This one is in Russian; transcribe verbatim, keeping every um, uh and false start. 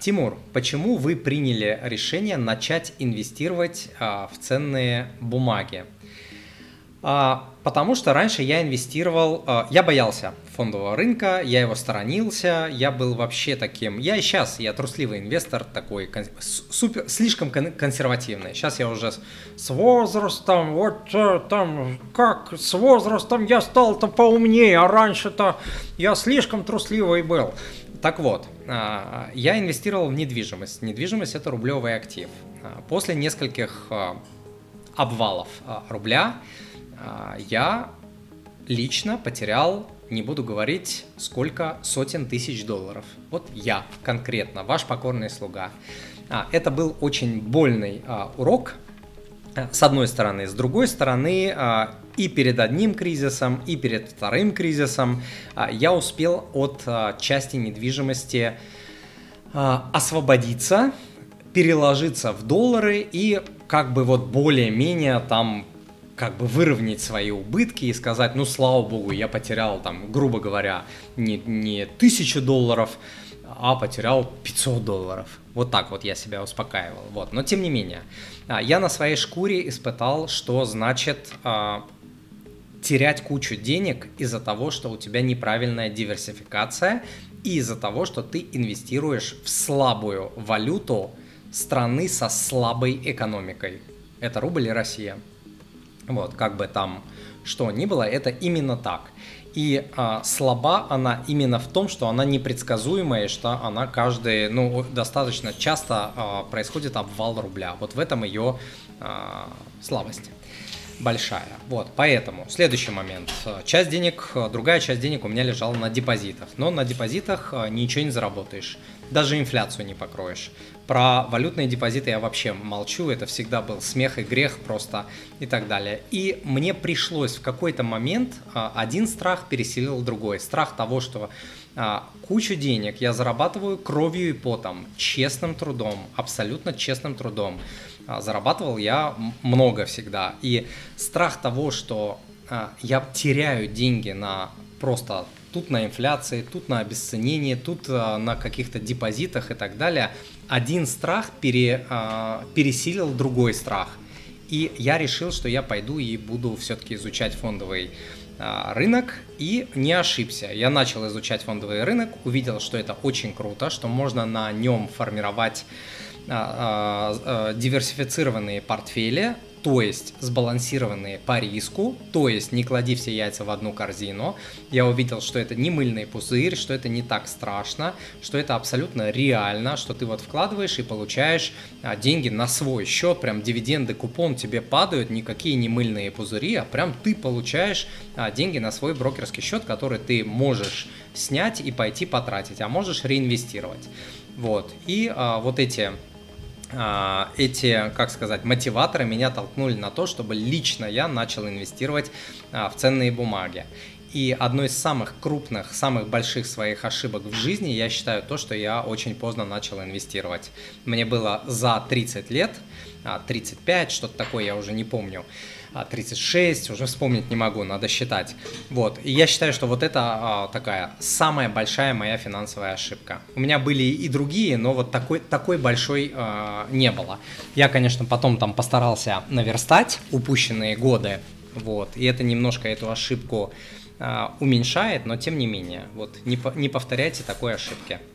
Тимур, почему вы приняли решение начать инвестировать а, в ценные бумаги? А, потому что раньше я инвестировал, а, я боялся фондового рынка, я его сторонился, я был вообще таким, я и сейчас, я трусливый инвестор такой, кон, супер, слишком кон, консервативный. Сейчас я уже с, с возрастом, вот э, там, как с возрастом я стал-то поумнее, а раньше-то я слишком трусливый был. Так вот, я инвестировал в недвижимость. Недвижимость – это рублевый актив. После нескольких обвалов рубля я лично потерял, не буду говорить, сколько сотен тысяч долларов. Вот я конкретно, ваш покорный слуга. Это был очень больный урок, с одной стороны. С другой стороны, и перед одним кризисом, и перед вторым кризисом я успел от части недвижимости освободиться, переложиться в доллары и как бы вот более-менее там как бы выровнять свои убытки и сказать, ну слава богу, я потерял там, грубо говоря, не, не тысячу долларов, а потерял пятьсот долларов. Вот так вот я себя успокаивал. Вот. Но тем не менее, я на своей шкуре испытал, что значит а, терять кучу денег из-за того, что у тебя неправильная диверсификация и из-за того, что ты инвестируешь в слабую валюту страны со слабой экономикой. Это рубль и Россия. Вот, как бы там что ни было, это именно так. И а, слаба она именно в том, что она непредсказуемая, что она каждый, ну, достаточно часто а, происходит обвал рубля. Вот в этом ее а, слабость большая. Вот, поэтому следующий момент. Часть денег, другая часть денег у меня лежала на депозитах, но на депозитах ничего не заработаешь, даже инфляцию не покроешь. Про валютные депозиты я вообще молчу, это всегда был смех и грех просто и так далее. И мне пришлось в какой-то момент, один страх переселил другой. Страх того, что кучу денег я зарабатываю кровью и потом, честным трудом, абсолютно честным трудом. Зарабатывал я много всегда. И страх того, что я теряю деньги на просто тут на инфляции, тут на обесценении, тут на каких-то депозитах и так далее. Один страх пере, пересилил другой страх. И я решил, что я пойду и буду все-таки изучать фондовый рынок, и не ошибся. Я начал изучать фондовый рынок, увидел, что это очень круто, что можно на нем формировать диверсифицированные портфели, то есть сбалансированные по риску, то есть не клади все яйца в одну корзину. Я увидел, что это не мыльный пузырь, что это не так страшно, что это абсолютно реально, что ты вот вкладываешь и получаешь деньги на свой счет, прям дивиденды, купон тебе падают, никакие не мыльные пузыри, а прям ты получаешь деньги на свой брокерский счет, который ты можешь снять и пойти потратить, а можешь реинвестировать. Вот, и а, вот эти... Эти, как сказать, мотиваторы меня толкнули на то, чтобы лично я начал инвестировать в ценные бумаги. И одной из самых крупных, самых больших своих ошибок в жизни я считаю то, что я очень поздно начал инвестировать. Мне было за тридцать лет, тридцать пять, что-то такое, я уже не помню, тридцать шесть, уже вспомнить не могу, надо считать. Вот, и я считаю, что вот это а, такая самая большая моя финансовая ошибка. У меня были и другие, но вот такой, такой большой а, не было. Я, конечно, потом там постарался наверстать упущенные годы, вот, и это немножко эту ошибку а, уменьшает, но тем не менее, вот, не, не повторяйте такой ошибки.